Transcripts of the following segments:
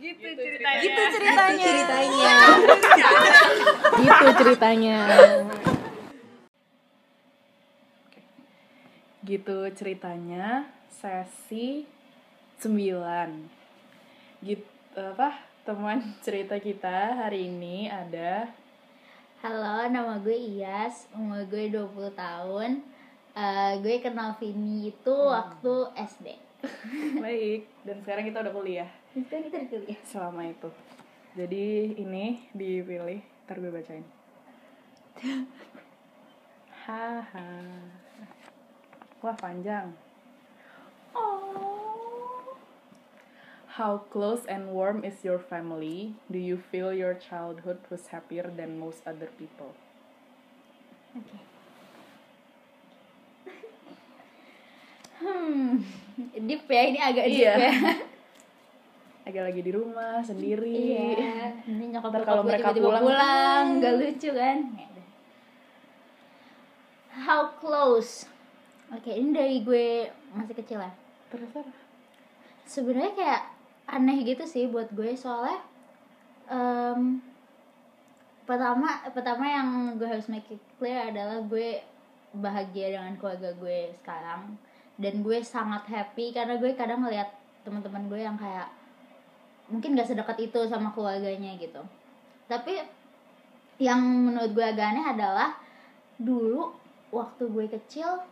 Gitu ceritanya. Gitu ceritanya. Gitu ceritanya. Gitu ceritanya sesi 9. Gitu teman cerita kita hari ini ada. Halo, nama gue Iyas, umur gue 20 tahun. Gue kenal Vini itu waktu SD. Baik, dan sekarang kita udah kuliah. Sekarang kita di kuliah. Selama itu. Jadi ini dipilih, ntar gue bacain. Haha. Wah, panjang. Oh. How close and warm is your family? Do you feel your childhood was happier than most other people? Oke. Deep ya, ini agak deep Iya. ya. Agak lagi di rumah sendiri. Iya. Ini nyokap Ntar bokap kalau gue mereka tiba-tiba pulang, pulang, gak lucu kan? Ya udah. How close? Oke, ini dari gue masih kecil ya. Terserah. Sebenarnya kayak aneh gitu sih buat gue, soalnya pertama yang gue harus make it clear adalah gue bahagia dengan keluarga gue sekarang, dan gue sangat happy karena gue kadang ngeliat teman-teman gue yang kayak mungkin gak sedekat itu sama keluarganya gitu. Tapi yang menurut gue agak aneh adalah dulu waktu gue kecil,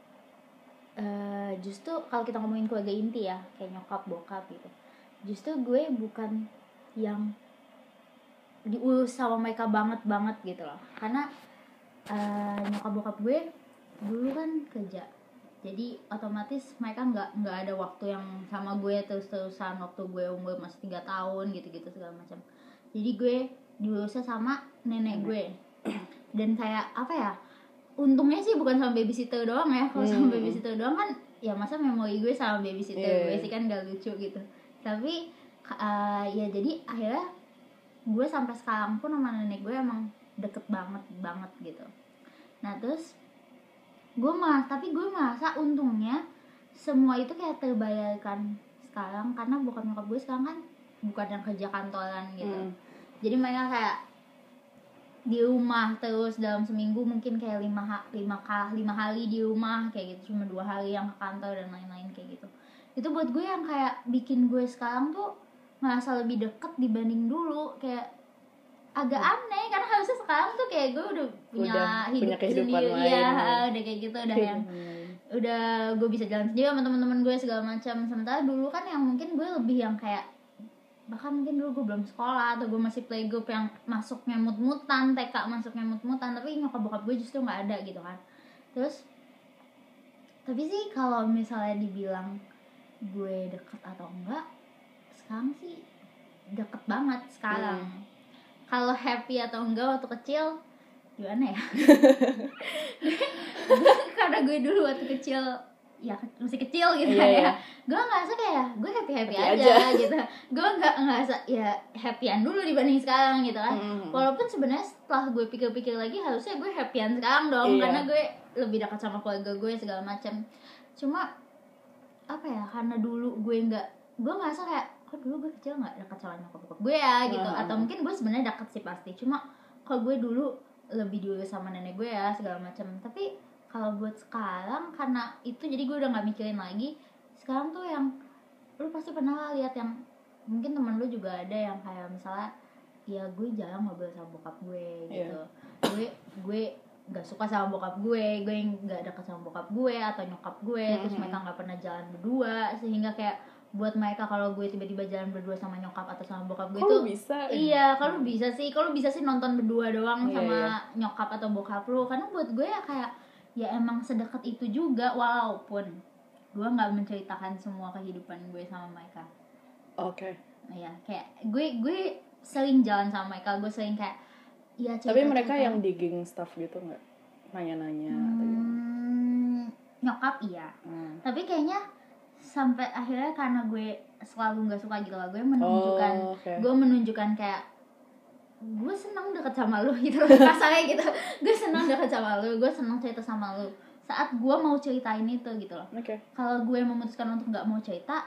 justru kalau kita ngomongin keluarga inti ya, kayak nyokap bokap gitu, justru gue bukan yang diurus sama mereka banget gitu loh, karena nyokap bokap gue dulu kan kerja, jadi otomatis mereka nggak ada waktu yang sama gue terus-terusan waktu gue umur masih 3 tahun gitu segala macam. Jadi gue diurusnya sama nenek gue. Dan kayak apa ya, untungnya sih bukan sama babysitter doang ya. Kalau sama babysitter doang kan ya masa memori gue sama babysitter gue sih kan gak lucu gitu. Tapi ya jadi akhirnya gue sampai sekarang pun sama nenek gue emang deket banget gitu. Nah terus gue merasa untungnya semua itu kayak terbayarkan sekarang, karena bokap nyokap gue sekarang kan bukan yang kerja kantoran gitu. Jadi mereka kayak di rumah terus dalam seminggu mungkin kayak 5 hari di rumah kayak gitu, cuma 2 hari yang ke kantor dan lain-lain kayak gitu. Itu buat gue yang kayak bikin gue sekarang tuh merasa lebih deket dibanding dulu, kayak agak aneh karena harusnya sekarang tuh kayak gue udah punya hidup kehidupan sendiri lain, ya, udah kayak gitu, udah yang udah gue bisa jalan sendiri sama teman-teman gue segala macam. Sementara dulu kan yang mungkin gue lebih yang kayak, bahkan mungkin dulu gue belum sekolah atau gue masih playgroup yang masuknya mut-mutan, TK masuknya mut-mutan, tapi nyokap bokap gue justru nggak ada gitu kan. Terus tapi sih kalau misalnya dibilang gue deket atau enggak, sekarang sih deket banget sekarang. Kalau happy atau enggak waktu kecil gimana ya? Karena gue dulu waktu kecil ya masih kecil gitu ya. Gue ngerasa kayak gue happy aja gitu. Gue nggak ngerasa ya happyan dulu dibanding sekarang gitu kan. Walaupun sebenarnya setelah gue pikir-pikir lagi harusnya gue happyan sekarang dong, karena gue lebih dekat sama keluarga gue segala macam. Cuma apa ya, karena dulu gue ngerasa kayak kok dulu gue kecil nggak dekat sama nyokap bokap gue ya gitu. Atau mungkin gue sebenarnya dekat sih pasti, cuma kalau gue dulu lebih diurus sama nenek gue ya segala macam. Tapi kalau buat sekarang karena itu jadi gue udah nggak mikirin lagi. Sekarang tuh yang lu pasti pernah lah lihat yang mungkin teman lu juga ada yang kayak misalnya ya gue jarang ngobrol sama bokap gue gitu. Gue nggak suka sama bokap gue nggak dekat sama bokap gue atau nyokap gue, terus mereka nggak pernah jalan berdua, sehingga kayak buat mereka kalau gue tiba-tiba jalan berdua sama nyokap atau sama bokap gue tuh bisa? Iya, kalau bisa sih nonton berdua doang sama nyokap atau bokap lu. Karena buat gue ya kayak ya emang sedekat itu juga, walaupun gue nggak menceritakan semua kehidupan gue sama mereka. Oke. Iya, kayak gue sering jalan sama mereka, gue sering kayak ya cerita. Tapi mereka yang digging stuff gitu nggak? Nanya-nanya atau nyokap iya. Tapi kayaknya sampai akhirnya karena gue selalu nggak suka gitu lah, gue menunjukkan kayak gue seneng deket sama lu gitu loh, kasarnya gitu. Gue seneng deket sama lu, gue seneng cerita sama lu saat gue mau ceritain itu gitu loh. Kalau gue memutuskan untuk nggak mau cerita,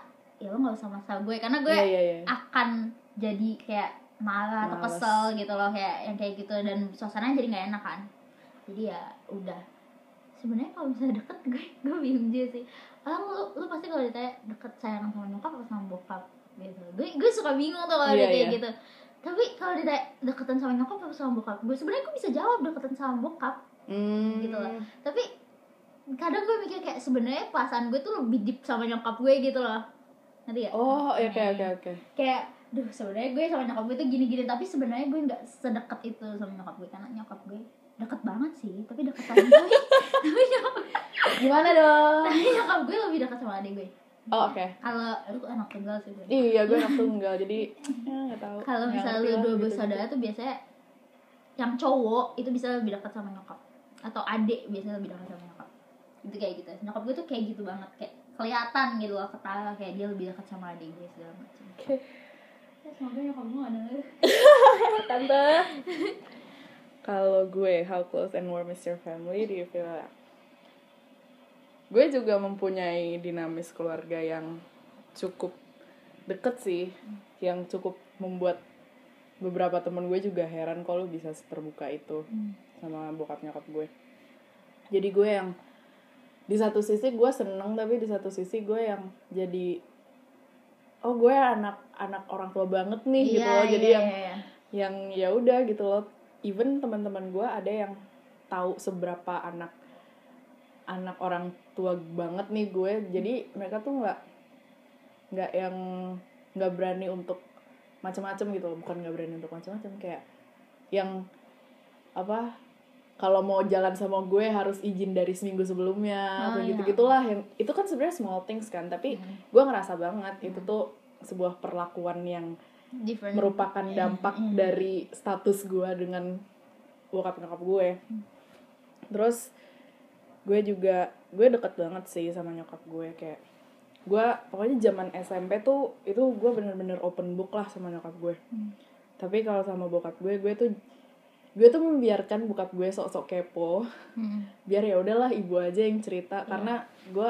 ya lo nggak usah maksa gue, karena gue akan jadi kayak marah atau kesel gitu loh, kayak yang kayak gitu, dan suasananya jadi nggak enak kan. Jadi ya udah, sebenarnya kalau misalnya deket gue bingung juga sih. Lu pasti kalau ditanya deket sayang sama nyokap atau sama bokap gitu, gue suka bingung tuh kalau ditanya gitu. Tapi kalau ditanya deketan sama nyokap atau sama bokap, gue sebenarnya gue bisa jawab deketan sama bokap gitu loh. Tapi kadang gue mikir kayak sebenarnya perasaan gue tuh lebih deep sama nyokap gue gitu loh, ngerti gak? Oke. Kayak duh, sebenarnya gue sama nyokap gue tuh gini-gini, tapi sebenarnya gue nggak sedekat itu sama nyokap gue, karena nyokap gue deket banget sih, tapi deket sama gue. Tapi nyokap gimana dong? Tapi nyokap gue lebih dekat sama adik gue. Oke. Kalau lu anak tunggal sih gue. Iya, gue anak tunggal, jadi nggak tahu. Kalau misalnya lu dua bersaudara tuh biasanya yang cowok itu bisa lebih dekat sama nyokap, atau adik biasanya lebih dekat sama nyokap. Itu kayak gitu. Nyokap gue tuh kayak gitu banget, kayak kelihatan gitu loh, ketara kayak dia lebih dekat sama adik gue segala macam. Oke. Ya, semoga nyokap gue gak denger. Tante. Kalau gue, how close and warm is your family? Do you feel that? Gue juga mempunyai dinamis keluarga yang cukup deket sih, yang cukup membuat beberapa teman gue juga heran kalau bisa terbuka itu sama bokap nyokap gue. Jadi gue yang di satu sisi gue seneng, tapi di satu sisi gue yang jadi gue anak orang tua banget nih gitu loh. Jadi yang ya udah gitu loh. Even teman-teman gue ada yang tahu seberapa anak orang tua banget nih gue. Jadi mereka tuh nggak berani untuk macam-macam gitu loh. Bukan nggak berani untuk macam-macam, kayak yang apa, kalau mau jalan sama gue harus izin dari seminggu sebelumnya atau gitu-gitulah. Yang itu kan sebenarnya small things kan, tapi gue ngerasa banget itu tuh sebuah perlakuan yang different, merupakan dampak dari status gue dengan bokap nyokap gue. Terus gue deket banget sih sama nyokap gue, kayak gue pokoknya zaman SMP tuh itu gue bener-bener open book lah sama nyokap gue. Tapi kalau sama bokap gue tuh membiarkan bokap gue sok-sok kepo. Biar ya udahlah ibu aja yang cerita, karena gue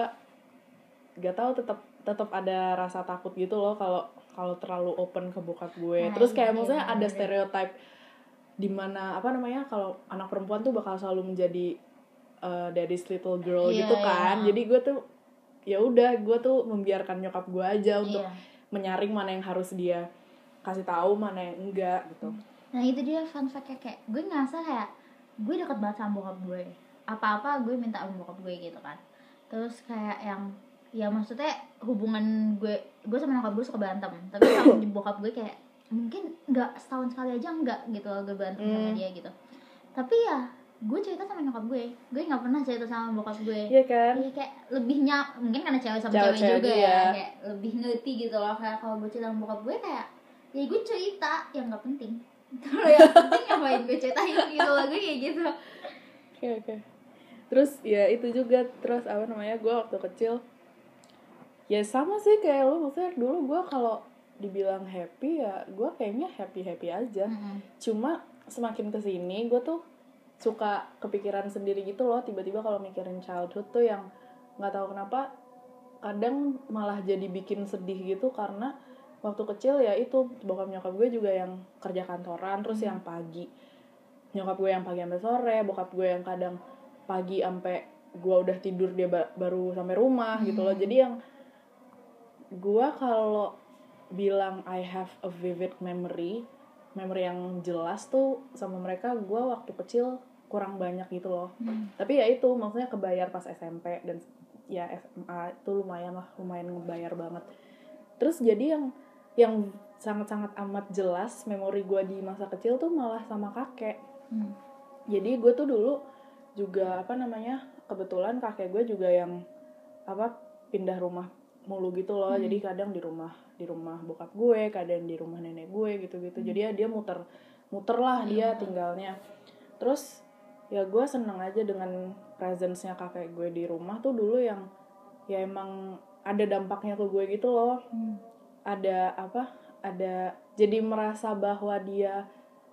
gak tahu tetap ada rasa takut gitu loh kalau terlalu open ke bokap gue. Terus kayak maksudnya ada stereotype di mana apa namanya, kalau anak perempuan tuh bakal selalu menjadi daddy's little girl gitu kan. Jadi gue tuh ya udah, gue tuh membiarkan nyokap gue aja untuk menyaring mana yang harus dia kasih tahu, mana yang enggak gitu. Nah itu dia fun fact-nya, kayak gue ngerasa kayak gue deket banget sama bokap gue, apa-apa gue minta sama bokap gue gitu kan. Terus kayak yang ya maksudnya hubungan gue sama nyokap gue suka berantem, tapi sama bokap gue kayak mungkin nggak setahun sekali aja enggak gitu gue berantem sama dia gitu. Tapi ya gue cerita sama nyokap gue nggak pernah cerita sama bokap gue. Iya kan? Iya, kayak lebih mungkin karena cewek sama cewek juga ya, kayak lebih ngerti gitu loh. Kayak kalau gue cerita sama bokap gue kayak ya gue cerita yang nggak penting. Kalau yang penting ngapain gue ceritain gitu loh, gue kayak gitu. Oke. Terus ya itu juga, terus apa namanya, gue waktu kecil ya sama sih kayak lu. Maksudnya dulu gue kalau dibilang happy ya gue kayaknya happy aja. Cuma semakin kesini gue tuh suka kepikiran sendiri gitu loh, tiba-tiba kalau mikirin childhood tuh yang nggak tahu kenapa kadang malah jadi bikin sedih gitu. Karena waktu kecil ya itu bokap nyokap gue juga yang kerja kantoran, terus yang pagi nyokap gue yang pagi sampai sore, bokap gue yang kadang pagi sampai gue udah tidur dia baru sampai rumah gitu loh. Jadi yang gue kalau bilang I have a vivid memory yang jelas tuh sama mereka, gue waktu kecil kurang banyak gitu loh. Tapi ya itu maksudnya kebayar pas SMP dan ya SMA itu lumayan ngebayar banget. Terus jadi yang sangat-sangat amat jelas memori gue di masa kecil tuh malah sama kakek. Jadi gue tuh dulu juga apa namanya, kebetulan kakek gue juga yang pindah rumah mulu gitu loh. Jadi kadang di rumah bokap gue, kadang di rumah nenek gue gitu-gitu. Jadi dia muter lah dia tinggalnya. Terus ya gue seneng aja dengan presence-nya kakek gue di rumah tuh dulu, yang ya emang ada dampaknya ke gue gitu loh. Ada jadi merasa bahwa dia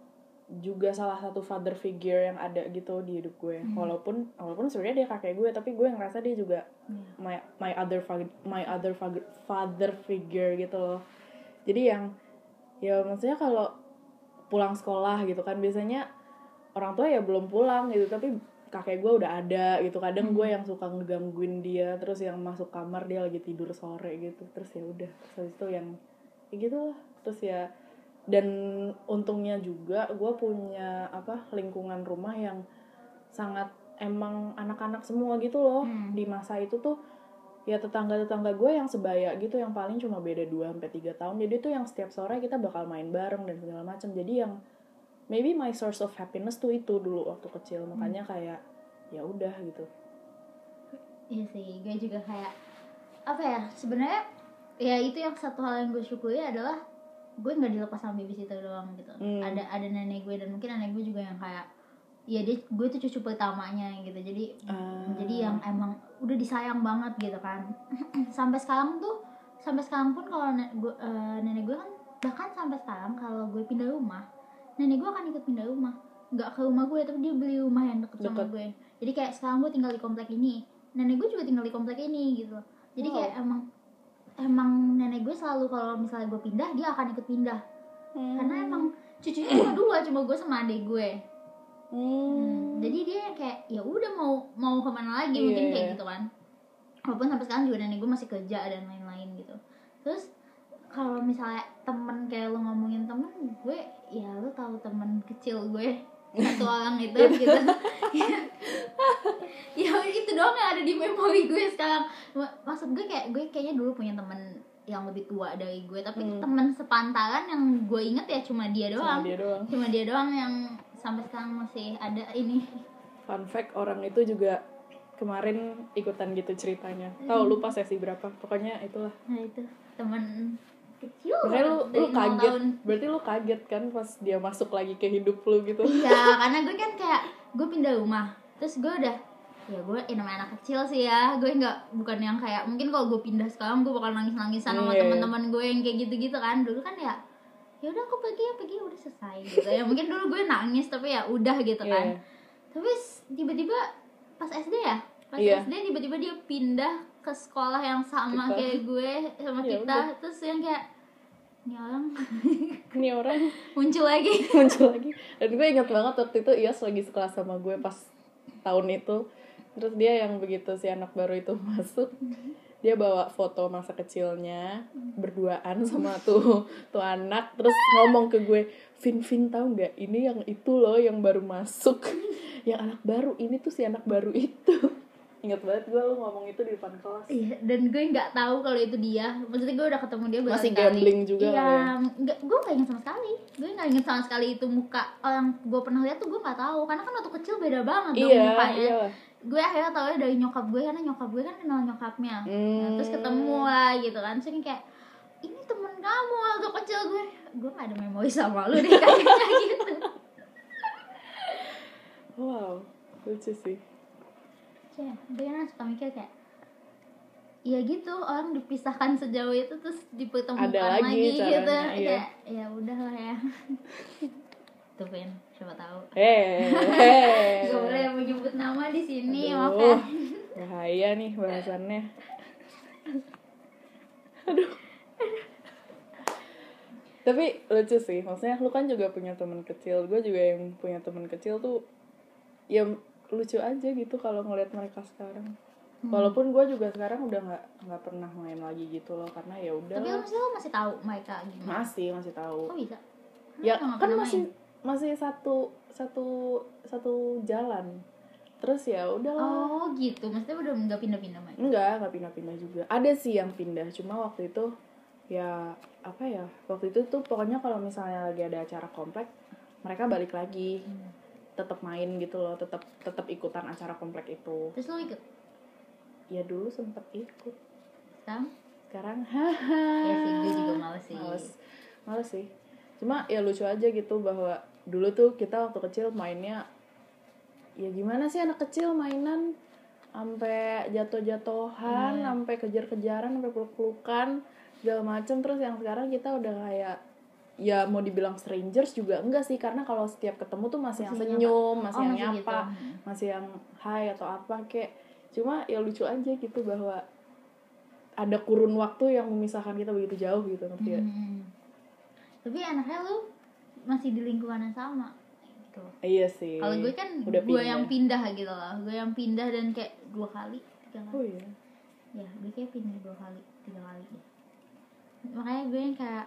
juga salah satu father figure yang ada gitu di hidup gue. Walaupun sebenarnya dia kakek gue, tapi gue ngerasa dia juga my other father figure gitu loh. Jadi yang ya maksudnya kalau pulang sekolah gitu kan biasanya orang tua ya belum pulang gitu, tapi kakek gue udah ada gitu. Kadang gue yang suka ngegangguin dia, terus yang masuk kamar dia lagi tidur sore gitu, terus ya udah, terus itu yang ya gitu lah. Terus ya, dan untungnya juga gue punya lingkungan rumah yang sangat emang anak-anak semua gitu loh. Di masa itu tuh ya tetangga-tetangga gue yang sebaya gitu, yang paling cuma beda 2-3 tahun. Jadi tuh yang setiap sore kita bakal main bareng dan segala macam. Jadi yang maybe my source of happiness tuh itu dulu waktu kecil. Makanya kayak ya udah gitu. Iya sih, gue juga kayak apa ya, sebenarnya ya itu yang satu hal yang gue syukuri adalah gue nggak dilepas sama babysitter doang gitu. Ada nenek gue, dan mungkin nenek gue juga yang kayak ya gue tuh cucu pertamanya gitu. Jadi yang emang udah disayang banget gitu kan. sampai sekarang pun kalau nenek gue kan, bahkan sampai sekarang kalau gue pindah rumah, nenek gue akan ikut pindah rumah, nggak ke rumah gue, tapi dia beli rumah yang deket sama gue. Jadi kayak sekarang gue tinggal di komplek ini, nenek gue juga tinggal di komplek ini gitu. Jadi kayak emang nenek gue selalu kalau misalnya gue pindah, dia akan ikut pindah. Karena emang cucunya cuma 2, cuma gue sama adik gue. Jadi dia kayak ya udah mau kemana lagi, mungkin kayak gitu kan. Walaupun sampai sekarang juga nenek gue masih kerja dan lain-lain gitu. Terus kalau misalnya temen, kayak lo ngomongin temen gue, ya lo tahu temen kecil gue satu orang itu gitu. Ya itu doang yang ada di memori gue sekarang. Maksud gue kayaknya dulu punya temen yang lebih tua dari gue, tapi temen sepantaran yang gue inget ya cuma dia doang. Cuma dia doang yang sampai sekarang masih ada ini. Fun fact, orang itu juga kemarin ikutan gitu ceritanya. Tahu lupa sesi berapa, pokoknya itulah. Nah itu temen kecil. Berarti lu kaget kan pas dia masuk lagi ke hidup lu gitu. Iya, karena gue kan kayak gue pindah rumah, terus gue udah ya gue namanya anak kecil sih ya, gue bukan yang kayak mungkin kalau gue pindah sekarang gue bakal nangis-nangisan sama teman-teman gue yang kayak gitu-gitu kan. Dulu kan ya udah aku pergi udah selesai gitu ya. Mungkin dulu gue nangis tapi ya udah gitu kan. Tapi tiba-tiba pas SD SD tiba-tiba dia pindah ke sekolah yang sama kayak gue sama kita. Terus yang kayak ini orang muncul lagi. Dan gue ingat banget waktu itu Ios lagi sekelas sama gue pas tahun itu. Terus dia yang begitu si anak baru itu masuk, dia bawa foto masa kecilnya berduaan sama tuh anak, terus ngomong ke gue, Vin tahu nggak, ini yang itu loh yang baru masuk, yang anak baru ini tuh si anak baru itu. Ingat banget gue lu ngomong itu di depan kelas. Iya, dan gue nggak tahu kalau itu dia. Maksudnya gue udah ketemu dia masih gambling juga. Iya, gue nggak inget sama sekali. Gue nggak inget sama sekali itu muka orang gue pernah lihat tuh, gue nggak tahu. Karena kan waktu kecil beda banget dong mukanya. Iya. Gue akhirnya tahu dari nyokap gue, karena nyokap gue kan kenal nyokapnya. Nah, terus ketemu lah gitu kan. Terus kayak ini temen kamu waktu kecil. Gue nggak ada memori sama lu deh kayaknya gitu. Wow, lucu sih. Ya, gue kan suka mikir kayak ya gitu, orang dipisahkan sejauh itu terus dipertemukan lagi gitu. Iya. Kayak ya udahlah ya. Tuh Vin, siapa tahu. Gak boleh menyebut nama di sini, maaf ya. Bahaya nih bahasannya. Aduh. Tapi lucu sih, maksudnya lu kan juga punya teman kecil, gue juga yang punya teman kecil tuh ya lucu aja gitu kalau ngeliat mereka sekarang. Walaupun gue juga sekarang udah nggak pernah main lagi gitu loh, karena ya udah. Tapi lo masih tahu mereka gimana? Masih tahu. Oh bisa? Ya kan masih satu jalan. Terus ya udah. Oh gitu, maksudnya udah nggak pindah-pindah main? Nggak pindah-pindah juga. Ada sih yang pindah, cuma waktu itu ya apa ya? Waktu itu tuh pokoknya kalau misalnya lagi ada acara komplek, mereka balik lagi. Tetap main gitu loh, tetap ikutan acara komplek itu. Terus lo ikut? Ya dulu sempet ikut. Sekarang ya sih, gue juga males sih. Cuma ya lucu aja gitu bahwa dulu tuh kita waktu kecil mainnya ya gimana sih anak kecil mainan, sampai jatuh-jatuhan, sampai kejar-kejaran, sampai peluk-pelukan segala macem. Terus yang sekarang kita udah kayak ya mau dibilang strangers juga enggak sih, karena kalau setiap ketemu tuh masih yang Masih senyum, nyapa. masih Oh, yang masih nyapa, gitu. masih yang hai atau apa kayak. Cuma ya lucu aja gitu bahwa ada kurun waktu yang memisahkan kita begitu jauh gitu, ngerti ya? Tapi anaknya lu masih di lingkungan yang sama gitu. Iya sih. Kalau gue kan udah gue yang pindah gitu loh. Gue yang pindah dan kayak 2 kali, 3 kali. Oh iya. Ya, gue kayak pindah 2 kali, 3 kali deh. Makanya gue yang kayak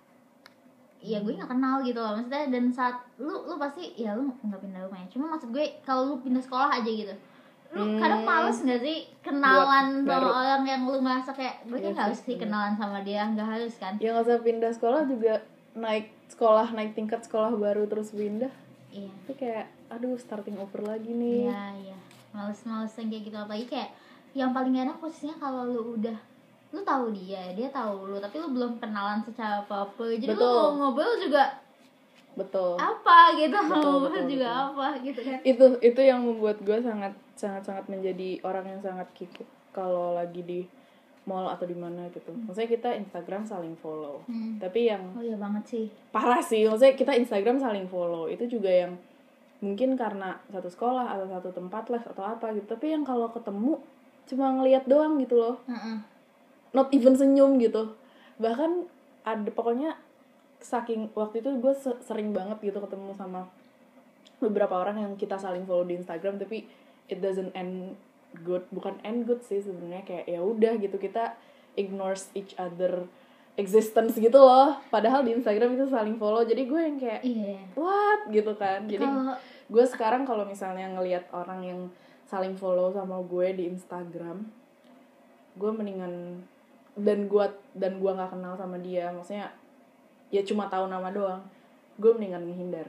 ya gue nggak kenal gitu loh maksudnya. Dan saat lu pasti ya lu nggak pindah rumah ya. Cuma maksud gue kalau lu pindah sekolah aja gitu, lu kadang males nggak sih kenalan Buat sama baru. orang yang lu ngerasa kayak gue kan Iya nggak sih, harus sih bener. kenalan sama dia, nggak harus kan. Ya nggak usah pindah sekolah juga, naik tingkat sekolah baru terus pindah. Iya. Itu kayak aduh starting over lagi nih. Iya. Males yang kayak gitu. Apalagi kayak yang paling enak posisinya kalau lu tahu dia tahu lu, tapi lu belum kenalan secara apa-apa. Jadi lu mau ngobrol juga Betul. apa gitu, Betul, juga betul. apa gitu kan. Itu yang membuat gue sangat menjadi orang yang sangat kikuk kalau lagi di mall atau di mana gitu. Maksudnya kita Instagram saling follow. Tapi yang Oh iya banget sih. parah sih, maksudnya kita Instagram saling follow itu juga yang mungkin karena satu sekolah atau satu tempat les atau apa gitu. Tapi yang kalau ketemu cuma ngelihat doang gitu loh. Not even senyum gitu. Bahkan ada pokoknya saking waktu itu gue sering banget gitu ketemu sama beberapa orang yang kita saling follow di Instagram tapi it doesn't end good, bukan end good sih sebenarnya, kayak ya udah gitu kita ignores each other existence gitu loh, padahal di Instagram itu saling follow. Jadi gue yang kayak what gitu kan. Jadi gue sekarang kalau misalnya ngelihat orang yang saling follow sama gue di Instagram, gue mendingan dan gue nggak kenal sama dia, maksudnya ya cuma tahu nama doang, gue mendingan menghindar.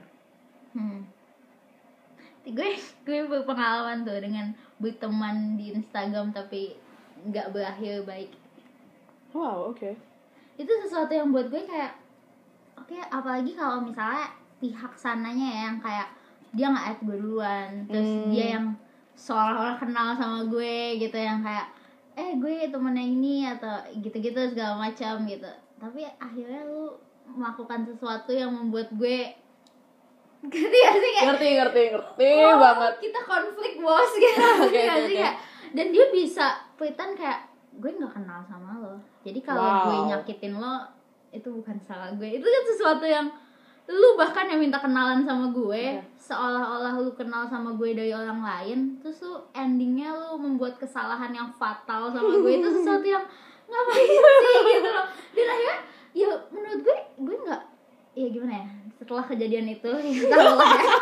Gue berpengalaman tuh dengan berteman di Instagram tapi nggak berakhir baik. Wow, oke. Itu sesuatu yang buat gue kayak oke, apalagi kalau misalnya pihak sananya ya yang kayak dia nge-add gue duluan, terus dia yang seolah-olah kenal sama gue gitu, yang kayak gue temennya ini atau gitu-gitu segala macam gitu. Tapi akhirnya lu melakukan sesuatu yang membuat gue ngerti gak sih kayak ngerti banget. Kita konflik bos gitu. Okay. Dan dia bisa pretend kayak gue nggak kenal sama lo, jadi kalau gue nyakitin lo itu bukan salah gue. Itu kan sesuatu yang lu bahkan yang minta kenalan sama gue, seolah-olah lu kenal sama gue dari orang lain, terus lu endingnya lu membuat kesalahan yang fatal sama gue. Itu sesuatu yang ngapain sih gitu loh. Dan akhirnya ya menurut gue nggak, ya gimana ya, setelah kejadian itu ya tahu lah ya.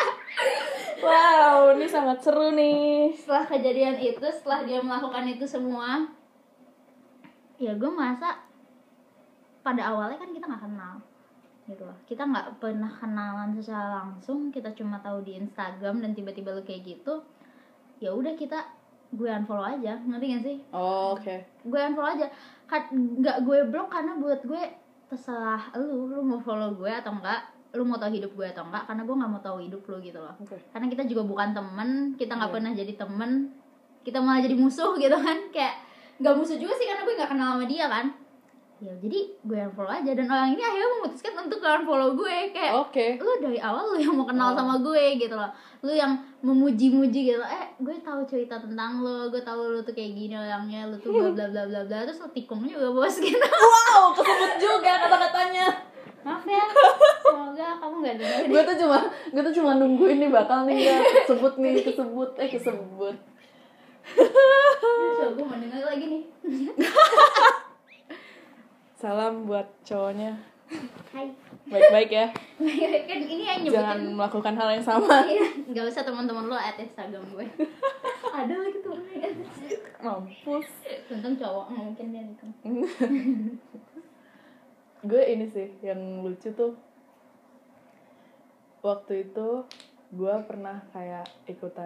Wow, ini sangat seru nih. Setelah kejadian itu, setelah dia melakukan itu semua, ya gue merasa pada awalnya kan kita nggak kenal gitu loh, kita nggak pernah kenalan secara langsung, kita cuma tahu di Instagram, dan tiba-tiba lu kayak gitu, ya udah gue unfollow aja, ngerti gak sih? Oke. Gue unfollow aja, nggak gue block, karena buat gue terserah lu mau follow gue atau enggak, lu mau tahu hidup gue atau enggak, karena gue nggak mau tahu hidup lu gitu loh. Karena kita juga bukan temen, kita nggak pernah jadi temen, kita malah jadi musuh gitu kan. Kayak nggak musuh juga sih, karena gue nggak kenal sama dia kan. Ya jadi gue unfollow aja, dan orang ini akhirnya memutuskan untuk unfollow gue. Kayak lu dari awal lu yang mau kenal sama gue gitu loh, lu yang memuji-muji gitu, gue tahu cerita tentang lu, gue tahu lu tuh kayak gini orangnya, lu tuh bla bla bla bla bla, terus lu tikung juga bos gitu. Wow, kesebut juga kata-katanya. Maaf ya, semoga kamu gak dengerin. Gue tuh cuma nungguin nih bakal nih ya kesebut. Coba gue mau denger lagi nih. Salam buat cowoknya. Hai. Baik-baik ya. Kan ini yang nyebutin. Jangan melakukan hal yang sama. Gak usah teman-teman lo add Instagram gue. Ada lagi tuh. Mampus. Untung cowok, mungkin dia gitu. Gue ini sih yang lucu tuh, waktu itu gue pernah kayak ikutan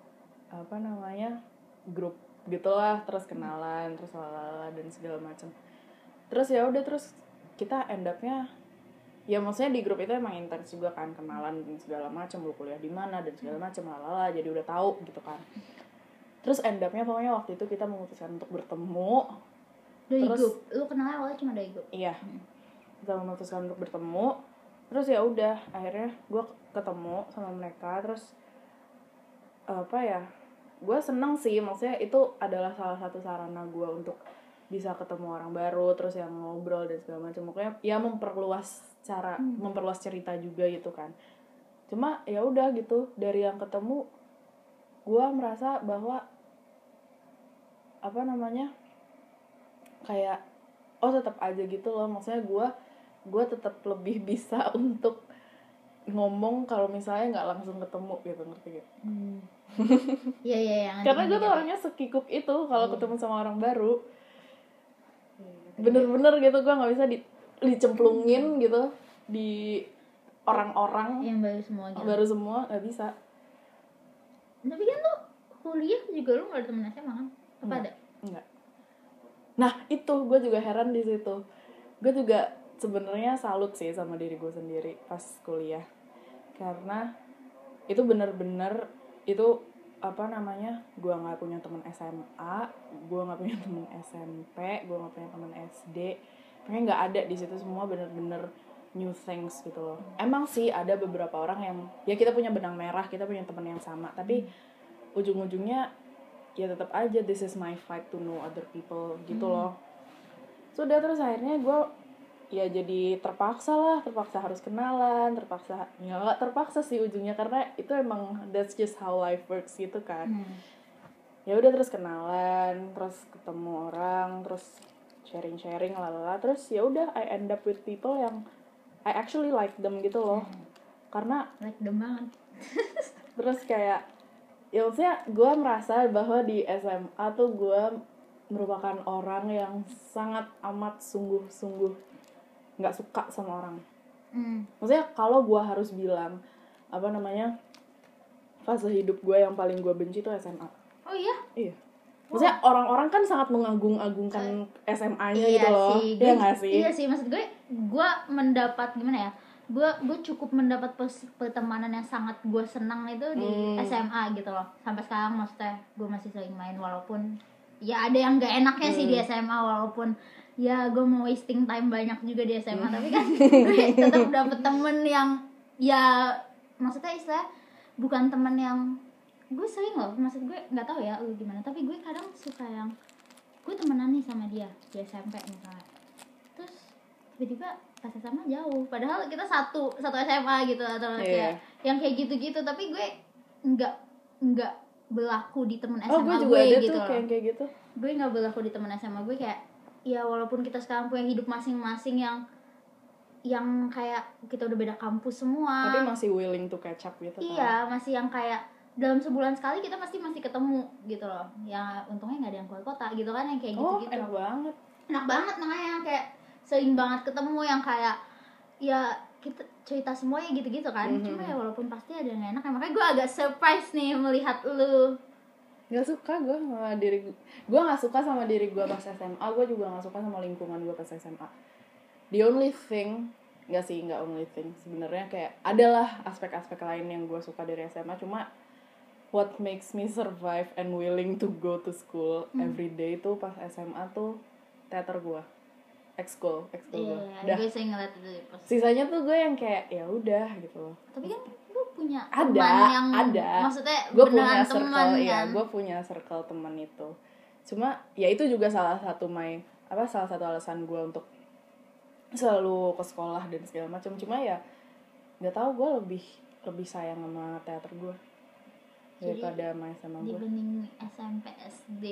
grup gitulah, terus kenalan, terus lalala dan segala macam. Terus ya udah, terus kita end up-nya ya maksudnya di grup itu emang intens juga kan, kenalan dan segala macam, lu kuliah di mana dan segala macam, lalala, jadi udah tahu gitu kan. Terus end up-nya pokoknya waktu itu kita memutuskan untuk bertemu dari grup. Lu kenalnya awalnya cuma dari grup? Iya. Kita memutuskan untuk bertemu, Terus ya udah akhirnya gue ketemu sama mereka. Terus apa ya, gue seneng sih, maksudnya itu adalah salah satu sarana gue untuk bisa ketemu orang baru, terus yang ngobrol dan segala macam. Pokoknya ya memperluas memperluas cerita juga gitu kan. Cuma ya udah gitu, dari yang ketemu gue merasa bahwa apa namanya, kayak tetap aja gitu loh, maksudnya gue tetap lebih bisa untuk ngomong kalau misalnya nggak langsung ketemu gitu, ngerti gak? Iya yang Karena gue tuh orangnya sekikuk itu kalau ketemu sama orang baru, bener-bener gitu, gue nggak bisa dicemplungin gitu di orang-orang yang baru semua gitu. Baru semua nggak bisa. Tapi kan lu kuliah juga lu nggak ada temen SMA kan? Apa ada? Enggak. Nah itu gue juga heran di situ. Gue juga sebenarnya salut sih sama diri gue sendiri pas kuliah, karena itu bener-bener itu apa namanya, gue nggak punya teman SMA, gue nggak punya teman SMP, gue nggak punya teman SD, pokoknya nggak ada di situ, semua bener-bener new things gitu loh. Emang sih ada beberapa orang yang ya kita punya benang merah, kita punya teman yang sama, tapi ujung-ujungnya ya tetap aja this is my fight to know other people gitu loh. Sudah, terus akhirnya gue ya jadi terpaksa harus kenalan, ya nggak terpaksa sih ujungnya, karena itu emang that's just how life works gitu kan. Ya udah, terus kenalan, terus ketemu orang, terus sharing lalala, terus ya udah I end up with people yang I actually like them gitu loh. Karena like them banget. terus kayak ya maksudnya gue merasa bahwa di SMA tuh gue merupakan orang yang sangat amat sungguh-sungguh nggak suka sama orang. Maksudnya kalau gue harus bilang apa namanya, fase hidup gue yang paling gue benci tuh SMA. Oh iya? Iya. Maksudnya orang-orang kan sangat mengagung-agungkan SMA-nya iya gitu loh. Iya nggak sih? Iya sih, maksud gue mendapat gimana ya? Gue cukup mendapat pertemanan yang sangat gue senang itu di SMA gitu loh. Sampai sekarang maksudnya gue masih sering main, walaupun ya ada yang gak enaknya sih di SMA, walaupun ya gue mau wasting time banyak juga di SMA, tapi kan gue tetap dapet temen yang ya maksudnya istilah bukan temen yang gue sering loh, maksud gue nggak tahu ya lu gimana, tapi gue kadang suka yang gue temenan nih sama dia di SMP misalnya, terus tiba-tiba pas SMA jauh, padahal kita satu SMA gitu, atau kayak yang kayak gitu-gitu, tapi gue nggak berlaku di temen SMA gue juga ada gitu tuh kayak gitu. Gue nggak berlaku di temen SMA gue, kayak ya walaupun kita sekarang punya hidup masing-masing yang kayak kita udah beda kampus semua, tapi masih willing to catch up gitu iya kan? Masih yang kayak dalam sebulan sekali kita masih ketemu gitu loh. Ya untungnya nggak ada yang keluar kota gitu kan, yang kayak gitu-gitu. Enak banget makanya kayak sering banget ketemu yang kayak ya kita cerita semuanya gitu-gitu kan. Cuma ya walaupun pasti ada yang enak, makanya gue agak surprise nih melihat lu. Nggak suka gue sama diri gue nggak suka sama diri gue pas SMA, gue juga nggak suka sama lingkungan gue pas SMA. The only thing, nggak only thing sebenarnya, kayak adalah aspek-aspek lain yang gue suka dari SMA, cuma what makes me survive and willing to go to school every day tuh pas SMA tuh teater gue, ekskul gue. Gue sering ngeliat itu pas. Sisanya tuh gue yang kayak ya udah gitu loh. Tapi kan gue punya teman yang maksudnya gue punya circle teman, ya kan? Gue punya circle teman itu. Cuma ya itu juga salah satu alasan gue untuk selalu ke sekolah dan segala macam. Cuma ya nggak tahu, gue lebih sayang sama teater gue daripada sama gue. Dibanding SMP SD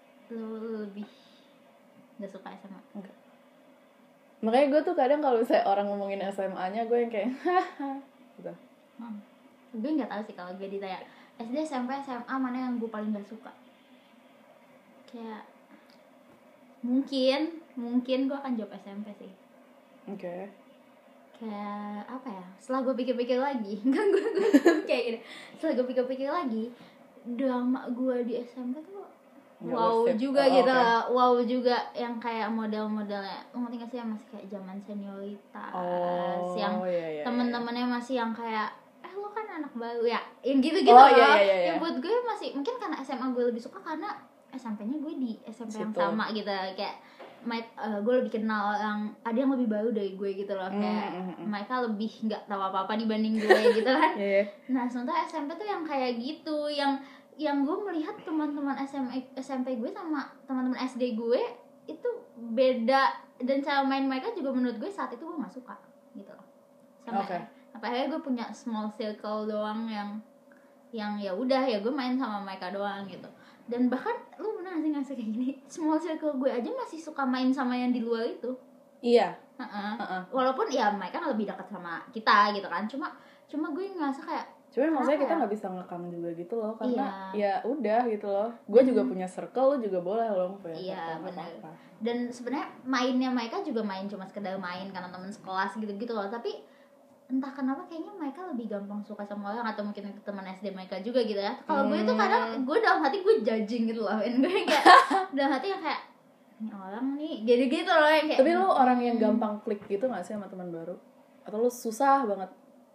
lu lebih nggak suka SMA? Enggak. Makanya gue tuh kadang kalau misalnya orang ngomongin SMA-nya, gue yang kayak haha gitu. Gue nggak tahu sih kalau gue ditanya SD, SMP, SMA mana yang gue paling nggak suka. Kayak mungkin gue akan jawab SMP sih. Oke. Kayak apa ya, setelah gue pikir-pikir lagi kan gue kayak gini, setelah gue pikir-pikir lagi, drama gue di SMP tuh wow juga gitu lah. Wow juga, yang kayak model-modelnya, lo ngerti gak sih, yang masih kayak zaman senioritas, yang temen-temennya masih yang kayak lo kan anak baru ya, yang gitu-gitu loh. Yang buat gue masih, mungkin karena SMA gue lebih suka karena SMP-nya gue di SMP yang sama gitu, kayak gue lebih kenal ada yang lebih baru dari gue gitu loh, kayak mereka lebih nggak tahu apa-apa dibanding gue gitu kan. Nah sementara SMP tuh yang kayak gitu, yang gue melihat teman-teman SMP gue sama teman-teman SD gue itu beda, dan cara main mereka juga menurut gue saat itu gue nggak suka gitu loh. Sampai akhirnya gue punya small circle doang yang ya udah ya gue main sama mereka doang gitu. Dan bahkan lu bener gak sih ngasih kayak gini, small circle gue aja masih suka main sama yang di luar itu. Iya. Walaupun ya mereka lebih dekat sama kita gitu kan, cuma gue ngerasa kayak maksudnya kita nggak bisa ngekang juga gitu loh, karena ya udah gitu loh, gue juga punya circle, lu juga boleh loh punya circle, apa. Dan sebenarnya mainnya mereka juga main cuma sekedar main karena teman sekelas gitu loh, tapi entah kenapa kayaknya mereka lebih gampang suka sama orang, atau mungkin itu teman SD mereka juga gitu ya. Kalau gue itu kadang gue dalam hati gue judging gitu loh, dan gue kayak dalam hati kayak ini orang nih gitu loh yang kayak. Tapi lu orang yang gampang klik gitu nggak sih sama teman baru, atau lu susah banget?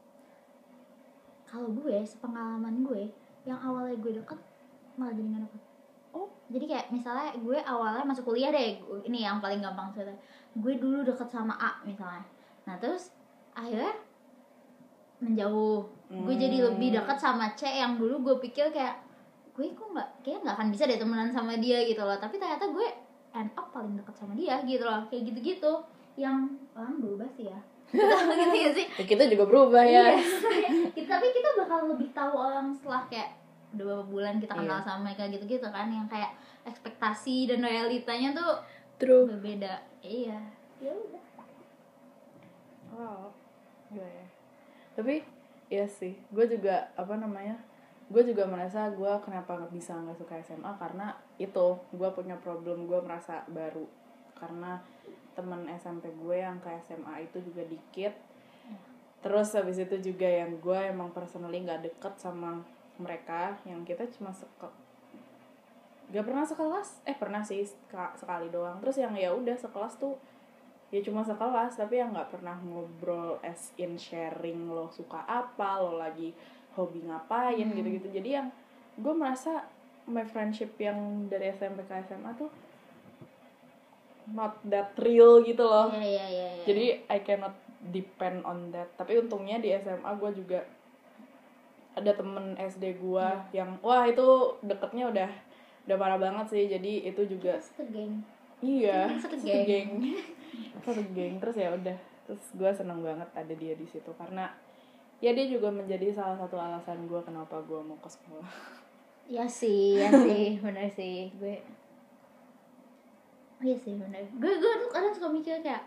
Kalau gue sepengalaman gue yang awalnya gue deket malah jadi nggak deket. Jadi kayak misalnya gue awalnya masuk kuliah deh, ini yang paling gampang cerita, gue dulu deket sama A misalnya, nah terus akhirnya menjauh, gue jadi lebih dekat sama C yang dulu gue pikir kayak gue kok nggak akan bisa deh temenan sama dia gitu loh, tapi ternyata gue end up paling dekat sama dia gitu loh, kayak gitu yang orang berubah sih ya. Gitu ya sih. Kita juga berubah ya. Tapi kita bakal lebih tahu orang setelah kayak udah beberapa bulan kita kenal sama mereka gitu kan, yang kayak ekspektasi dan realitanya tuh berbeda. Iya. Ya udah. Wow. Gila ya. Tapi ya sih, gue juga gue juga merasa gue kenapa nggak suka SMA, karena itu gue punya problem, gue merasa baru karena temen SMP gue yang ke SMA itu juga dikit. Terus habis itu juga yang gue emang personally nggak deket sama mereka, yang kita cuma gak pernah sekelas, pernah sih sekali doang. Terus yang ya udah sekelas tuh ya cuma sekelas, tapi yang nggak pernah ngobrol as in sharing lo suka apa, lo lagi hobi ngapain gitu-gitu. Jadi yang gue merasa my friendship yang dari SMP ke SMA tuh not that real gitu loh. Yeah. Jadi I cannot depend on that. Tapi untungnya di SMA gue juga ada temen SD gue yang wah itu deketnya udah parah banget sih. Jadi itu juga satu geng. Iya, satu geng. Terus ya udah, terus gue seneng banget ada dia di situ, karena ya dia juga menjadi salah satu alasan gue kenapa gue mau ke sekolah. Ya sih, benar sih. Iya sih benar. Gue tuh kadang suka mikir kayak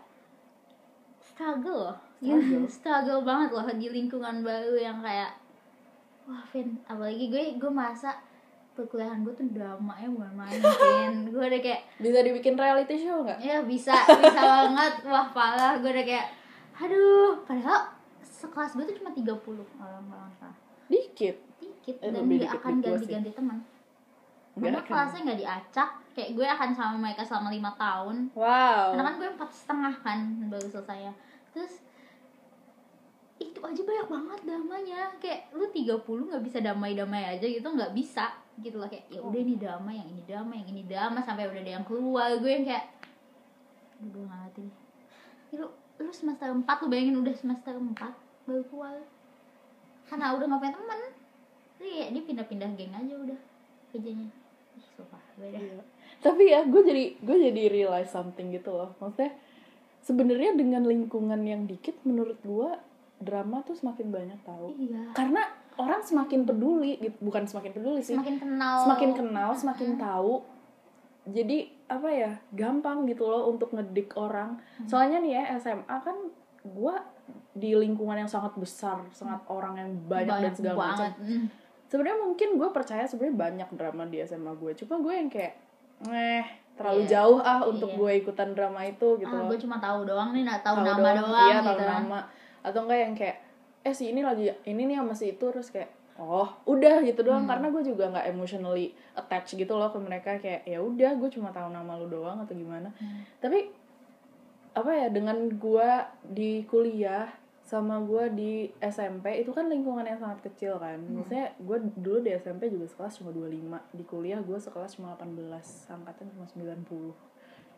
struggle banget loh di lingkungan baru yang kayak wah Vin, apalagi gue masa perkuliahan gue tuh dramanya bukan main. Gue udah kayak bisa dibikin reality show nggak? Ya bisa banget, wah parah. Gue udah kayak aduh, padahal sekelas gue tuh cuma 30 orang dikit dan nggak akan ganti teman. Karena kelasnya nggak diacak, kayak gue akan sama mereka selama 5 tahun. Wow. Karena kan gue 4,5 kan baru selesai. Terus itu aja banyak banget dramanya, kayak lu 30 nggak bisa damai-damai aja gitu, nggak bisa gitu lah, kayak ya udah ini drama, yang ini drama sampai udah ada yang keluar. Gue yang kayak gue nggak ngerti nih. Lu semester 4, lu bayangin udah semester 4 baru keluar karena udah nggak punya teman. Jadi ya dia pindah-pindah geng aja udah kerjanya. Sumpah beda. Iya. Tapi ya gue jadi realize something gitu loh, maksudnya sebenarnya dengan lingkungan yang dikit menurut gue drama tuh semakin banyak tahu. Iya. Karena orang semakin peduli gitu, bukan semakin peduli sih, semakin kenal semakin tahu. Jadi apa ya, gampang gitu loh untuk ngedik orang. Soalnya nih ya SMA kan gue di lingkungan yang sangat besar, sangat orang yang banyak dan segala macam. Sebenarnya mungkin gue percaya sebenarnya banyak drama di SMA gue, cuma gue yang kayak terlalu jauh untuk gue ikutan drama itu gitu loh. Gue cuma tahu doang nih, tahu nama doang iya, gitu. Tahu nama. Atau enggak yang kayak si ini lagi ini nih sama si itu, terus kayak udah gitu doang. Karena gue juga nggak emotionally attached gitu loh ke mereka, kayak ya udah gue cuma tahu nama lu doang atau gimana. Tapi apa ya, dengan gue di kuliah sama gue di SMP itu kan lingkungan yang sangat kecil kan. Maksudnya gue dulu di SMP juga sekelas cuma 25, di kuliah gue sekelas cuma 18, angkatan cuma 90.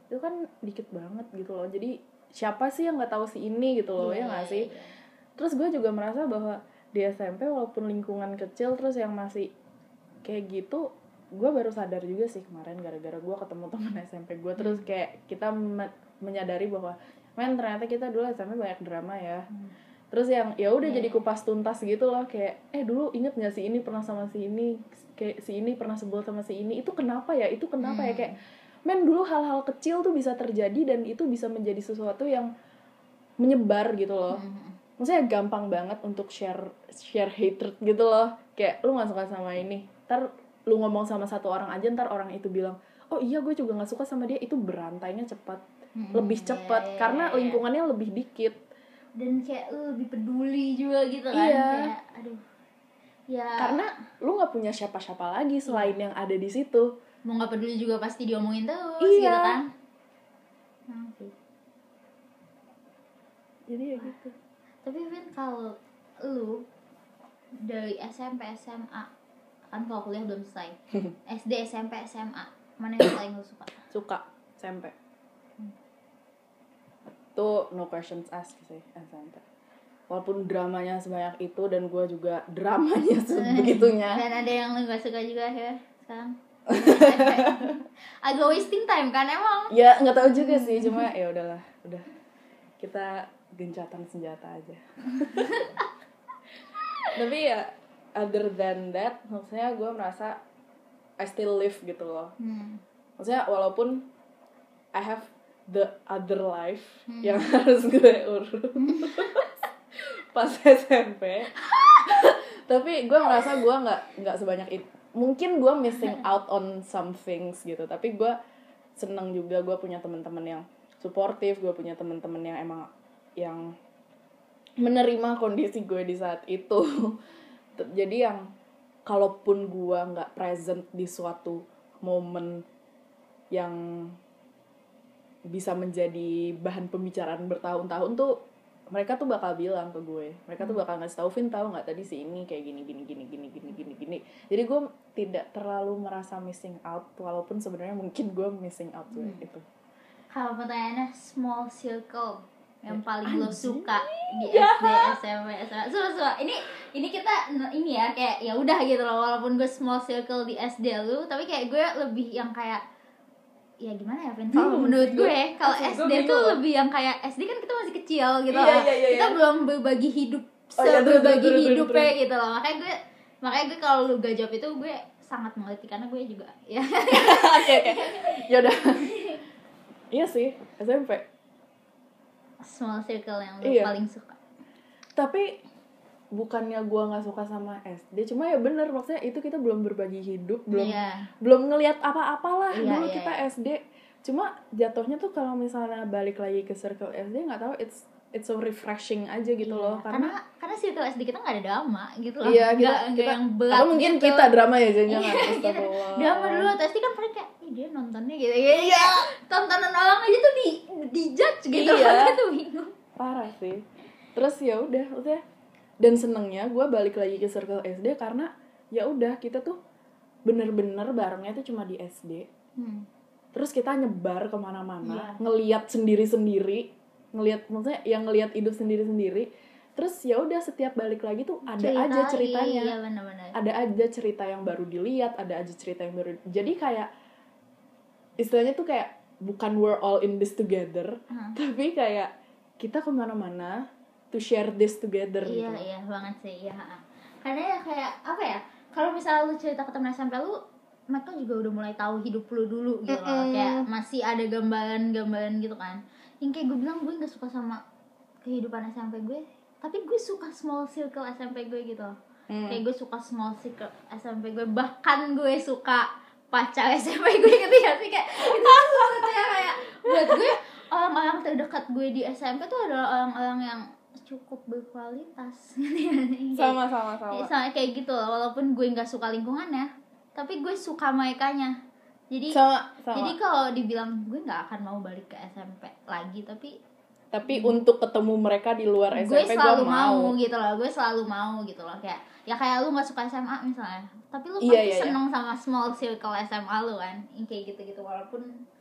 itu kan dikit banget gitu loh. Jadi siapa sih yang nggak tahu si ini gitu loh, ya nggak sih? Terus gue juga merasa bahwa di SMP walaupun lingkungan kecil terus yang masih kayak gitu, gue baru sadar juga sih kemarin gara-gara gue ketemu teman SMP gue, terus kayak kita menyadari bahwa men ternyata kita dulu SMP banyak drama ya. Terus yang ya udah jadi kupas tuntas gitu loh, kayak dulu inget nggak si ini pernah sama si ini, kayak si ini pernah sebel sama si ini, itu kenapa ya, itu kenapa ya, kayak men dulu hal-hal kecil tuh bisa terjadi dan itu bisa menjadi sesuatu yang menyebar gitu loh. Maksudnya gampang banget untuk share hatred gitu loh, kayak lu nggak suka sama ini, ntar lu ngomong sama satu orang aja, ntar orang itu bilang oh iya gue juga nggak suka sama dia, itu berantainya cepat, lebih cepat karena lingkungannya lebih dikit dan kayak lu lebih peduli juga gitu kan. Kayak aduh ya, karena lu nggak punya siapa-siapa lagi selain yang ada di situ. mau nggak peduli juga pasti diomongin terus gitu kan. Jadi ya gitu. Tapi Vin, kalau lu dari SMP SMA, kan kalau kuliah belum selesai, SD SMP SMA, mana yang paling lu suka? Suka SMP. Tuh no questions asked sih SMP. Walaupun dramanya sebanyak itu dan gue juga dramanya sebegitunya. Dan ada yang lu gak suka juga ya sekarang? Agak wasting time kan emang? Ya nggak tahu juga sih, cuma ya udahlah, udah kita gencatan senjata aja. Tapi ya other than that, maksudnya gue merasa I still live gitu loh. Maksudnya walaupun I have the other life yang harus gue urus pas SMP, tapi gue merasa gue nggak sebanyak itu. Mungkin gue missing out on some things gitu, tapi gue seneng juga gue punya teman-teman yang suportif, gue punya teman-teman yang emang yang menerima kondisi gue di saat itu. Jadi yang kalaupun gue nggak present di suatu momen yang bisa menjadi bahan pembicaraan bertahun-tahun tuh, mereka tuh bakal bilang ke gue, mereka tuh bakal ngasih tahu, Vin tahu nggak tadi si ini kayak gini. Jadi gue tidak terlalu merasa missing out, walaupun sebenarnya mungkin gue missing out tuh itu. Kalau pertanyaannya small circle yang paling lo suka di SD, SMP, SMA. So, ini kita ini ya kayak ya udah gitu loh, walaupun gue small circle di SD lu, tapi kayak gue lebih yang kayak ya gimana ya, Vin? Kalau menurut gue, kalau SD tuh lebih yang kayak SD kan kita masih kecil gitu loh. Kita belum berbagi hidup berbagi hidupnya gitu loh. Makanya gue kalau lu gak jawab itu gue sangat mengerti karena gue juga ya. Oke. Ya udah. Iya sih, SMP. Small circle yang lu paling suka. Tapi bukannya gue nggak suka sama SD, cuma ya bener, maksudnya itu kita belum berbagi hidup, belum ngelihat apa-apalah dulu kita SD. Cuma jatuhnya tuh kalau misalnya balik lagi ke circle SD, nggak tahu, it's so refreshing aja gitu loh, karena circle SD kita nggak ada drama gitu loh. Iya, kita yang berat. Atau mungkin gitu. Kita drama ya jangan. Drama dulu atau SD kan pernah kayak dia nontonnya gitu. Iya. Tontonan orang aja tuh di judge gitu. Iya. Tuh bingung. Parah sih. Terus ya udah. Dan senengnya gue balik lagi ke circle SD karena ya udah kita tuh bener-bener barengnya tuh cuma di SD. Terus kita nyebar kemana-mana, ngelihat sendiri-sendiri, maksudnya yang ngelihat hidup sendiri-sendiri. Terus ya udah setiap balik lagi tuh ada aja ceritanya. Iya, bener-bener. Ada aja cerita yang baru dilihat, ada aja cerita yang baru. Jadi kayak istilahnya tuh kayak bukan we're all in this together, tapi kayak kita kemana-mana to share this together. Iya banget sih, iya. Karena ya kayak apa ya, kalau misalnya lu cerita ke temen SMP lu, mereka juga udah mulai tahu hidup lu dulu gitu loh. Kayak masih ada gambaran gitu kan. Yang kayak gue bilang, gue gak suka sama kehidupan SMP gue, tapi gue suka small circle SMP gue gitu loh. Kayak gue suka small circle SMP gue, bahkan gue suka pacar SMP gue gitu ya sih. Kayak itu sesuatu yang kayak buat gue, orang-orang terdekat gue di SMP tuh adalah orang-orang yang cukup berkualitas. Sama. Kayak gitu loh, walaupun gue nggak suka lingkungannya, tapi gue suka merekanya. Jadi kalau dibilang gue nggak akan mau balik ke SMP lagi, tapi untuk ketemu mereka di luar SMP gue selalu mau gitu loh. Gue selalu mau gitu loh, kayak lu nggak suka SMA misalnya, tapi lu pasti seneng sama small circle SMA lu kan, kayak gitu walaupun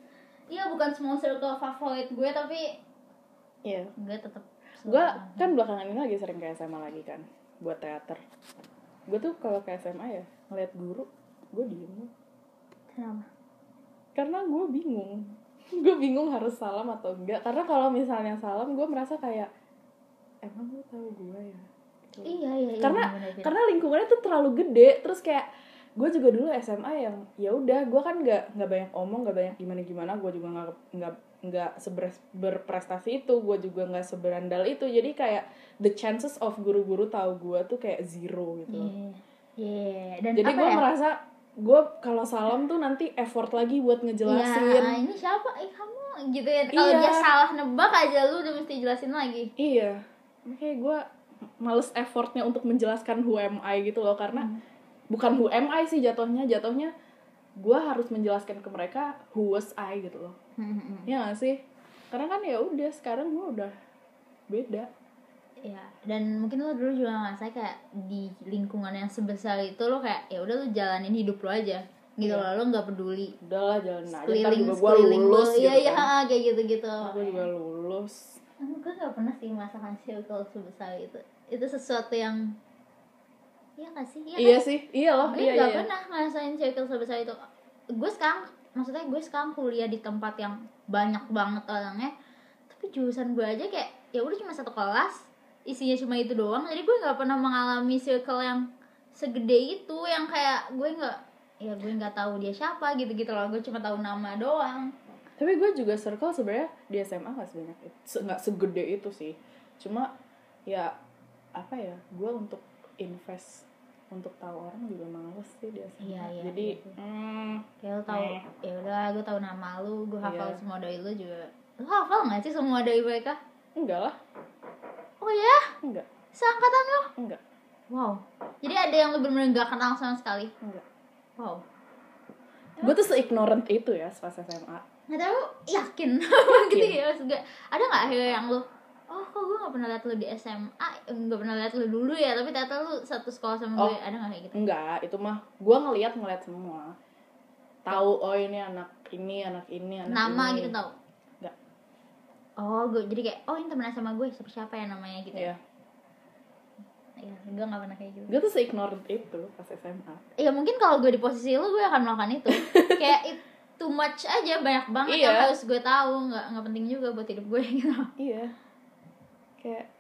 iya bukan semua circle favorit gue, tapi Iya. gue tetap Gue kan belakangan ini lagi sering ke SMA lagi kan, buat teater. Gue tuh kalau ke SMA ya ngeliat guru, gue diem. kenapa? Karena gue bingung. Gue bingung harus salam atau enggak. Karena kalau misalnya salam, gue merasa kayak emang lu tahu gue ya. Gitu. Iya Karena lingkungannya tuh terlalu gede. Terus kayak gue juga dulu SMA yang ya udah, gue kan nggak banyak omong, nggak banyak gimana, gue juga nggak berprestasi itu, gue juga nggak seberandal itu, jadi kayak the chances of guru-guru tahu gue tuh kayak zero gitu. Dan jadi gue merasa gue kalau salam tuh nanti effort lagi buat ngejelasin. Iya, ini siapa? Kamu gitu ya. Kalau dia salah nebak aja lu udah mesti jelasin lagi. Iya, makanya gue males effortnya untuk menjelaskan who am I gitu loh, karena bukan who am I sih jatuhnya gue harus menjelaskan ke mereka who was I gitu loh. Ya nggak sih? Karena kan ya udah sekarang gue udah beda. Ya, dan mungkin lo dulu juga ngerasa kayak di lingkungan yang sebesar itu lo kayak ya udah lo jalanin hidup lo aja gitu loh, lo nggak peduli. Udahlah jalan aja, ntar Keliling, juga gue lulus gitu iya kan. kayak gitu. Aku juga lulus. Gue nggak pernah sih merasakan circle sebesar itu. Itu sesuatu yang iya nggak sih? Iya sih, iya loh. Gue nggak pernah ngerasain circle sebesar itu. Gue sekarang kuliah di tempat yang banyak banget orangnya, tapi jurusan gue aja kayak ya udah cuma satu kelas, isinya cuma itu doang. Jadi gue nggak pernah mengalami circle yang segede itu, yang kayak gue nggak tahu dia siapa gitu loh. Gue cuma tahu nama doang. Tapi gue juga circle sebenarnya di SMA nggak sebanyak itu, nggak segede itu sih. Cuma ya apa ya, gue untuk invest untuk tahu orang juga males sih di SMA. Jadi kayak lo tahu ya udah gue tahu nama lu, gue hafal semua dari lu juga. Lu hafal nggak sih semua dari mereka? Enggak lah. Oh ya? Enggak. Seangkatan lo? Enggak. Wow. Jadi ada yang lu bener-bener gak kenal sama sekali? Enggak. Wow. Gue tuh se-ignorant itu ya pas SMA. Nggak tahu, yakin gitu ya maksud gue. Ada nggak akhirnya yang lu, oh kok gue nggak pernah liat lu di SMA, nggak pernah liat lu dulu ya, tapi ternyata lu satu sekolah sama gue. Ada nggak kayak gitu? Enggak, itu mah gue ngeliat semua. Tahu oh ini anak ini nama ini. gitu tahu? Enggak. Oh gue jadi kayak oh ini temen sama gue, siapa ya namanya gitu. Iya. Iya, gue gak pernah kayak gitu. Gue tuh se-ignorant itu pas SMA. Iya mungkin kalau gue di posisi lu, gue akan melakukan itu. Kayak too much aja, banyak banget yang harus gue tahu, nggak penting juga buat hidup gue gitu. Iya. Kayak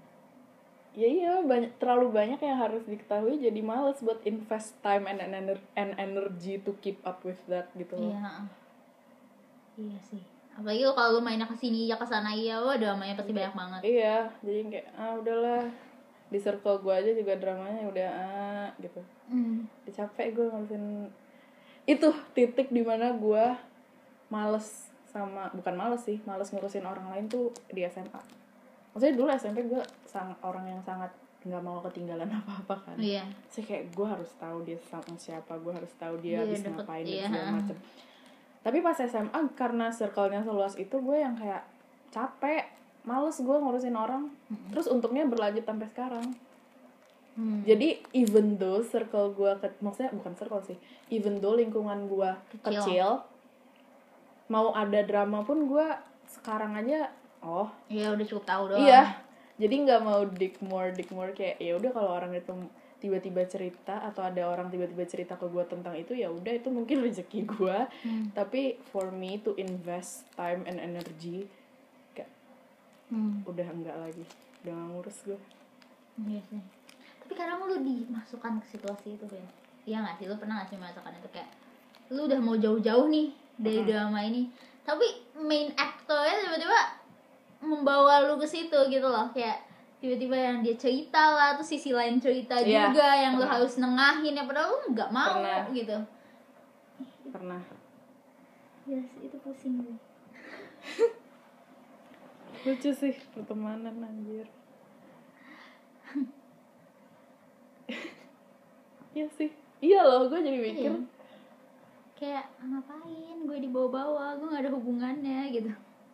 terlalu banyak yang harus diketahui, jadi males buat invest time and energy to keep up with that gitu loh. Iya sih. Apalagi kalau lu mainnya kesini ya kesana ya, dramanya pasti banyak banget. Iya, jadi kayak udahlah, di circle gue aja juga dramanya udah gitu. Udah capek gue ngurusin. Itu titik dimana gue males ngurusin orang lain tuh di SMA. Maksudnya dulu SMP gue orang yang sangat nggak mau ketinggalan apa-apa kan. Iya. Saya kayak gue harus tahu dia sama siapa, gue harus tahu dia habis ngapain dan segala macem. Tapi pas SMA karena circle-nya seluas itu, gue yang kayak capek, males gue ngurusin orang. Terus untungnya berlanjut sampai sekarang. Jadi even though circle gue maksudnya bukan circle sih, even though lingkungan gue kecil, mau ada drama pun gue sekarang aja iya udah cukup tahu doang. Iya, jadi nggak mau dig more kayak ya udah kalau orang itu tiba-tiba cerita atau ada orang tiba-tiba cerita ke gue tentang itu, ya udah itu mungkin rezeki gue. Tapi for me to invest time and energy kayak udah enggak lagi, udah nggak ngurus gue. Iya sih. Tapi kadang lu dimasukkan ke situasi itu ya. Iya nggak sih, lu pernah nggak sih merasakan itu kayak lu udah mau jauh-jauh nih dari drama ini, tapi main actornya tiba-tiba membawa lu ke situ gitu loh, kayak tiba-tiba yang dia cerita lah, terus sisi lain cerita juga yang lu harus nengahin ya, padahal lu nggak mau gitu. Pernah. Yes, itu pusing gue. Lucu sih pertemanan anjir. Iya sih, iya loh, gue jadi mikir kayak ngapain gue dibawa-bawa, gue nggak ada hubungannya gitu.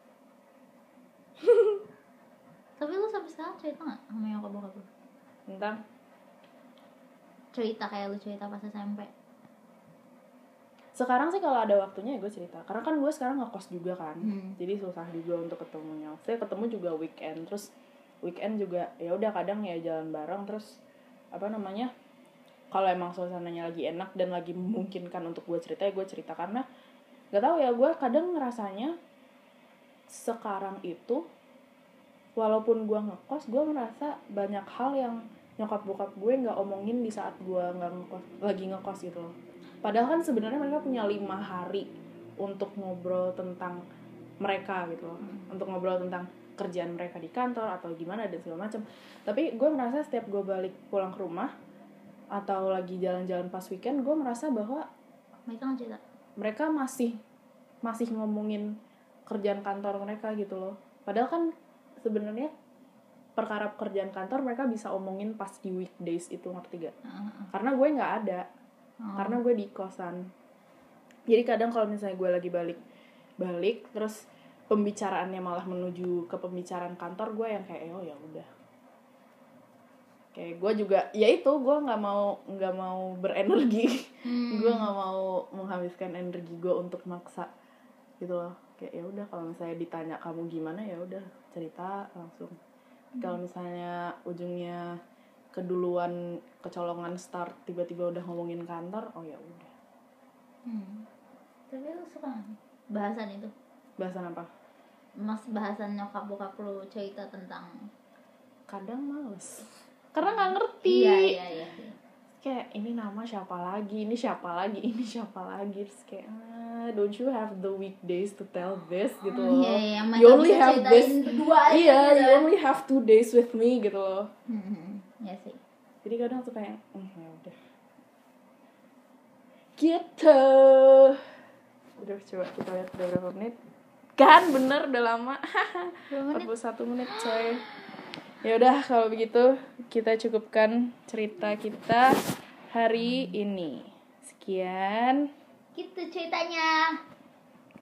Tapi lu sampai sekarang cerita nggak sama nyokap bokap lu? Tentang Cerita kayak lu cerita pas SMP? Sekarang sih kalau ada waktunya ya gue cerita, karena kan gue sekarang ngekos juga kan, jadi susah juga untuk ketemunya. Saya ketemu juga weekend, terus weekend juga ya udah kadang ya jalan bareng. Terus apa namanya, kalau emang suasananya lagi enak dan lagi memungkinkan untuk gue cerita ya gue cerita. Karena nggak tahu ya, gue kadang ngerasanya sekarang itu walaupun gue ngekos, gue merasa banyak hal yang nyokap bokap gue nggak omongin di saat gue nggak ngekos, lagi ngekos gitu loh. Padahal kan sebenarnya mereka punya 5 hari untuk ngobrol tentang mereka gitu loh, untuk ngobrol tentang kerjaan mereka di kantor atau gimana dan segala macam. Tapi gue merasa setiap gue balik pulang ke rumah atau lagi jalan-jalan pas weekend, gue merasa bahwa mereka nggak cerita, mereka masih ngomongin kerjaan kantor mereka gitu loh. Padahal kan sebenarnya perkara pekerjaan kantor mereka bisa omongin pas di weekdays itu, ngerti gak? Karena gue nggak ada, karena gue di kosan. Jadi kadang kalau misalnya gue lagi balik terus pembicaraannya malah menuju ke pembicaraan kantor, gue yang kayak oh ya udah, kayak gue juga ya itu, gue nggak mau berenergi. Gue nggak mau menghabiskan energi gue untuk maksa gitu loh. Kayak ya udah, kalau misalnya ditanya kamu gimana ya udah cerita langsung. Kalau misalnya ujungnya keduluan kecolongan start tiba-tiba udah ngomongin kantor, oh ya udah. Tapi lu suka nggak bahasan itu? Bahasan apa? Mas, bahasan nyokap bokap lu cerita tentang, Kadang males karena nggak ngerti. iya. Kayak ini nama siapa lagi, ini siapa lagi, ini siapa lagi. Terus kayak don't you have the weekdays to tell this gitu loh. Iya, You only bisa have ceritain this berdua aja iya gitu. you only have 2 days with me gitu loh. Ya sih. Jadi kadang tuh kayak ya udah gitu. Udah, coba kita lihat udah berapa menit. Kan bener udah lama. 41 menit coy. Ya udah, kalau begitu kita cukupkan cerita kita hari ini. Sekian. Gitu ceritanya.